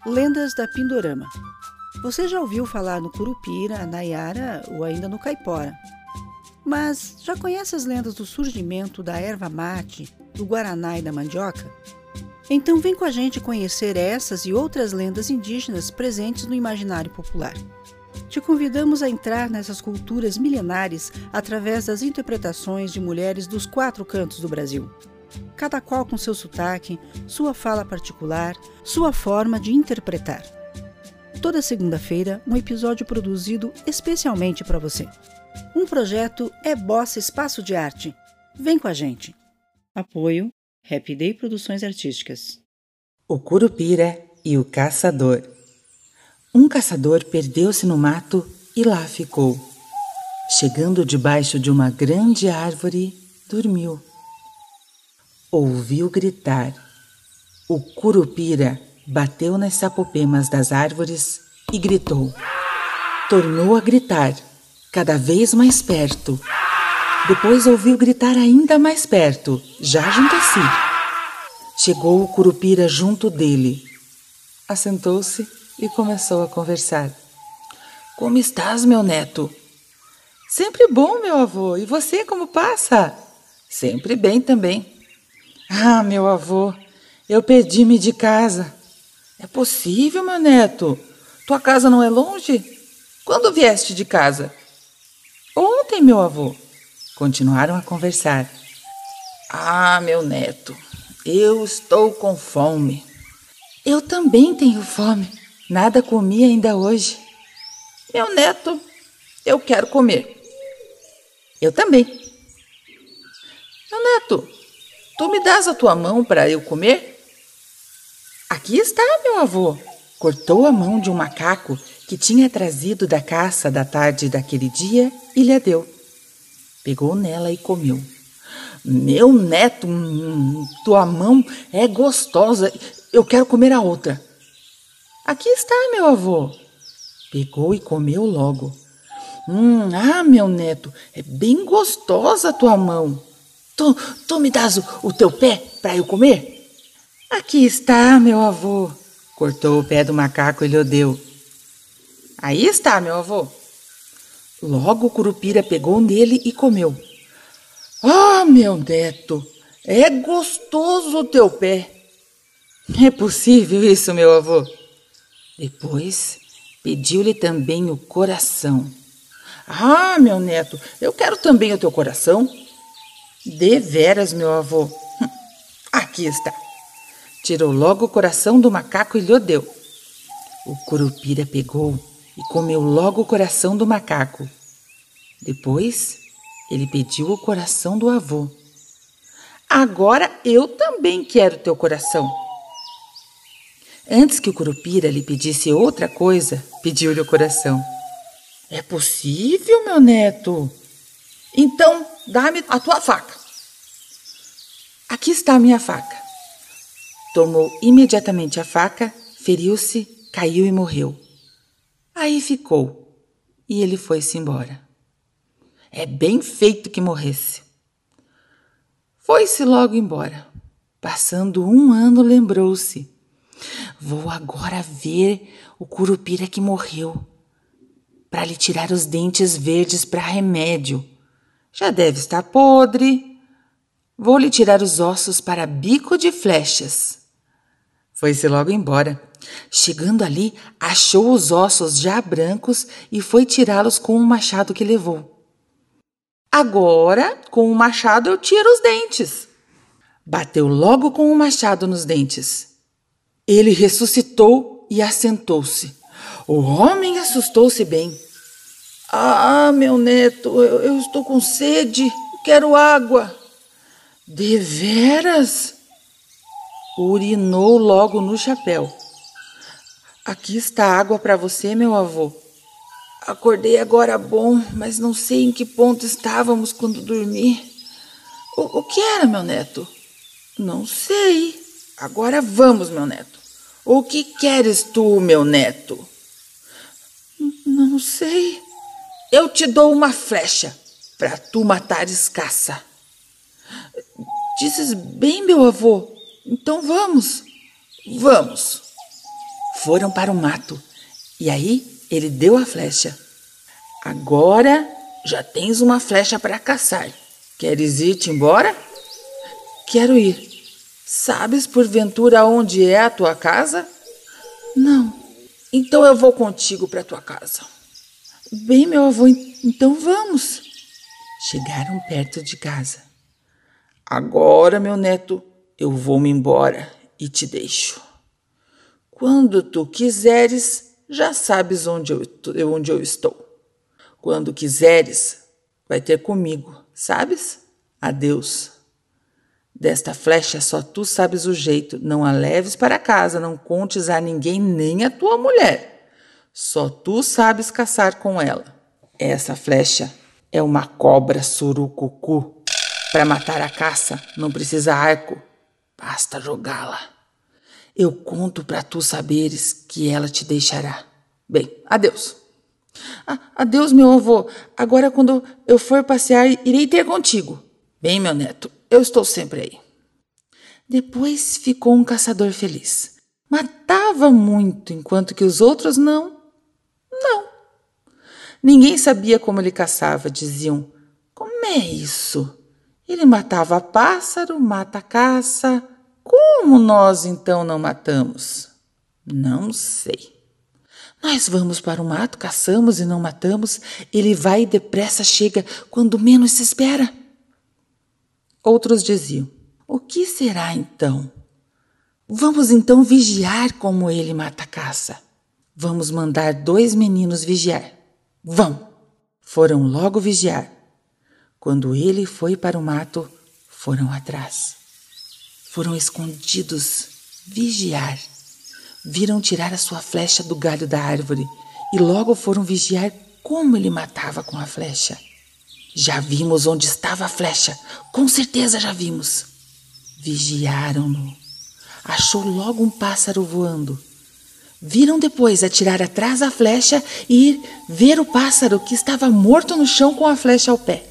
Lendas da Pindorama. Você já ouviu falar no Curupira, Nayara ou ainda no Caipora. Mas já conhece as lendas do surgimento da erva mate, do guaraná e da mandioca? Então vem com a gente conhecer essas e outras lendas indígenas presentes no imaginário popular. Te convidamos a entrar nessas culturas milenares através das interpretações de mulheres dos 4 cantos do Brasil. Cada qual com seu sotaque, sua fala particular, sua forma de interpretar. Toda segunda-feira, um episódio produzido especialmente para você. Um projeto é Bossa Espaço de Arte. Vem com a gente. Apoio Happy Day Produções Artísticas. O Curupira e o Caçador. Um caçador perdeu-se no mato e lá ficou. Chegando debaixo de uma grande árvore, dormiu. Ouviu gritar. O Curupira bateu nas sapopemas das árvores e gritou. Tornou a gritar, cada vez mais perto. Depois ouviu gritar ainda mais perto, já junto a si. Chegou o Curupira junto dele. Assentou-se e começou a conversar. Como estás, meu neto? Sempre bom, meu avô. E você, como passa? Sempre bem também. Ah, meu avô, eu perdi-me de casa. É possível, meu neto? Tua casa não é longe? Quando vieste de casa? Ontem, meu avô. Continuaram a conversar. Ah, meu neto, eu estou com fome. Eu também tenho fome. Nada comi ainda hoje. Meu neto, eu quero comer. Eu também. Meu neto, tu me dás a tua mão para eu comer? Aqui está, meu avô. Cortou a mão de um macaco que tinha trazido da caça da tarde daquele dia e lhe deu. Pegou nela e comeu. Meu neto, tua mão é gostosa. Eu quero comer a outra. Aqui está, meu avô. Pegou e comeu logo. Meu neto, é bem gostosa a tua mão. Tu me dás o teu pé para eu comer? Aqui está, meu avô. Cortou o pé do macaco e lhe deu. Aí está, meu avô. Logo o Curupira pegou nele e comeu. Ah, meu neto, é gostoso o teu pé. É possível isso, meu avô? Depois pediu-lhe também o coração. Ah, meu neto, eu quero também o teu coração. Deveras, meu avô. Aqui está. Tirou logo o coração do macaco e lhe deu. O Curupira pegou e comeu logo o coração do macaco. Depois, ele pediu o coração do avô. Agora eu também quero teu coração. Antes que o Curupira lhe pedisse outra coisa, pediu-lhe o coração. É possível, meu neto? Então, dá-me a tua faca. Aqui está a minha faca. Tomou imediatamente a faca, feriu-se, caiu e morreu. Aí ficou, e ele foi-se embora. É bem feito que morresse. Foi-se logo embora. Passando 1 ano, lembrou-se. Vou agora ver o Curupira que morreu, para lhe tirar os dentes verdes para remédio. Já deve estar podre. Vou lhe tirar os ossos para bico de flechas. Foi-se logo embora. Chegando ali, achou os ossos já brancos e foi tirá-los com um machado que levou. Agora, com o machado eu tiro os dentes. Bateu logo com o machado nos dentes. Ele ressuscitou e assentou-se. O homem assustou-se bem. Ah, meu neto, eu estou com sede, quero água. Deveras? Urinou logo no chapéu. Aqui está água para você, meu avô. Acordei agora bom, mas não sei em que ponto estávamos quando dormi. O que era, meu neto? Não sei. Agora vamos, meu neto. O que queres tu, meu neto? Não sei. Eu te dou uma flecha para tu matares caça. Dizes bem, meu avô. Então vamos. Vamos. Foram para o mato e aí ele deu a flecha. Agora já tens uma flecha para caçar. Queres ir-te embora? Quero ir. Sabes porventura onde é a tua casa? Não. Então eu vou contigo para tua casa. Bem, meu avô, então vamos. Chegaram perto de casa. Agora, meu neto, eu vou-me embora e te deixo. Quando tu quiseres, já sabes onde eu estou. Quando quiseres, vai ter comigo, sabes? Adeus. Desta flecha só tu sabes o jeito. Não a leves para casa, não contes a ninguém, nem a tua mulher. Só tu sabes caçar com ela. Essa flecha é uma cobra surucucu. Para matar a caça, não precisa arco, basta jogá-la. Eu conto para tu saberes que ela te deixará. Bem, adeus. Adeus, meu avô. Agora, quando eu for passear, irei ter contigo. Bem, meu neto, eu estou sempre aí. Depois ficou um caçador feliz. Matava muito, enquanto que os outros não. Ninguém sabia como ele caçava. Diziam, como é isso? Ele matava pássaro, mata caça. Como nós então não matamos? Não sei. Nós vamos para o mato, caçamos e não matamos. Ele vai e depressa chega quando menos se espera. Outros diziam, o que será então? Vamos então vigiar como ele mata caça. Vamos mandar 2 meninos vigiar. Vão! Foram logo vigiar. Quando ele foi para o mato, foram atrás. Foram escondidos vigiar. Viram tirar a sua flecha do galho da árvore e logo foram vigiar como ele matava com a flecha. Já vimos onde estava a flecha, com certeza já vimos. Vigiaram-no. Achou logo um pássaro voando. Viram depois atirar atrás a flecha e ir ver o pássaro que estava morto no chão com a flecha ao pé.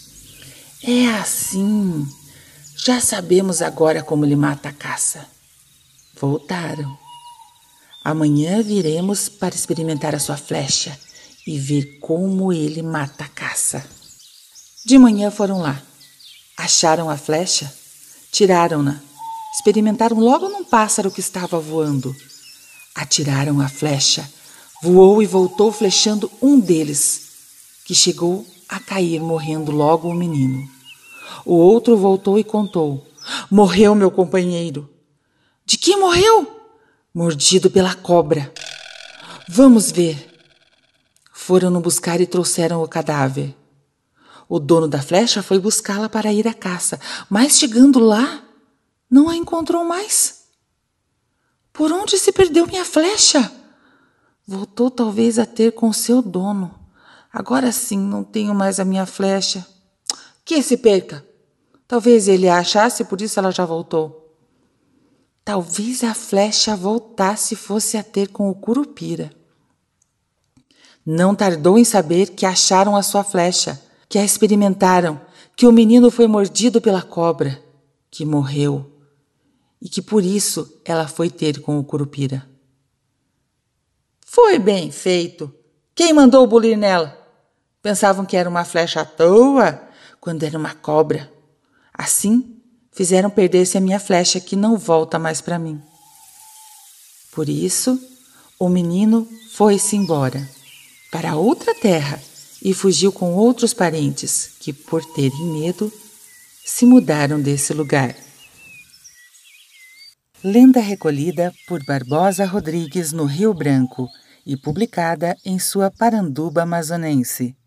É assim. Já sabemos agora como ele mata a caça. Voltaram. Amanhã viremos para experimentar a sua flecha e ver como ele mata a caça. De manhã foram lá. Acharam a flecha, tiraram-na, experimentaram logo num pássaro que estava voando. Atiraram a flecha, voou e voltou flechando um deles, que chegou a cair morrendo logo o menino. O outro voltou e contou, morreu meu companheiro. De que morreu? Mordido pela cobra. Vamos ver. Foram-no buscar e trouxeram o cadáver. O dono da flecha foi buscá-la para ir à caça, mas chegando lá, não a encontrou mais. Por onde se perdeu minha flecha? Voltou talvez a ter com seu dono. Agora sim não tenho mais a minha flecha. Que se perca. Talvez ele a achasse, por isso ela já voltou. Talvez a flecha voltasse e fosse a ter com o Curupira. Não tardou em saber que acharam a sua flecha, que a experimentaram, que o menino foi mordido pela cobra, que morreu e que por isso ela foi ter com o Curupira. Foi bem feito. Quem mandou bulir nela? Pensavam que era uma flecha à toa, quando era uma cobra. Assim, fizeram perder-se a minha flecha, que não volta mais para mim. Por isso, o menino foi-se embora para outra terra e fugiu com outros parentes que, por terem medo, se mudaram desse lugar. Lenda recolhida por Barbosa Rodrigues no Rio Branco e publicada em sua Paranduba Amazonense.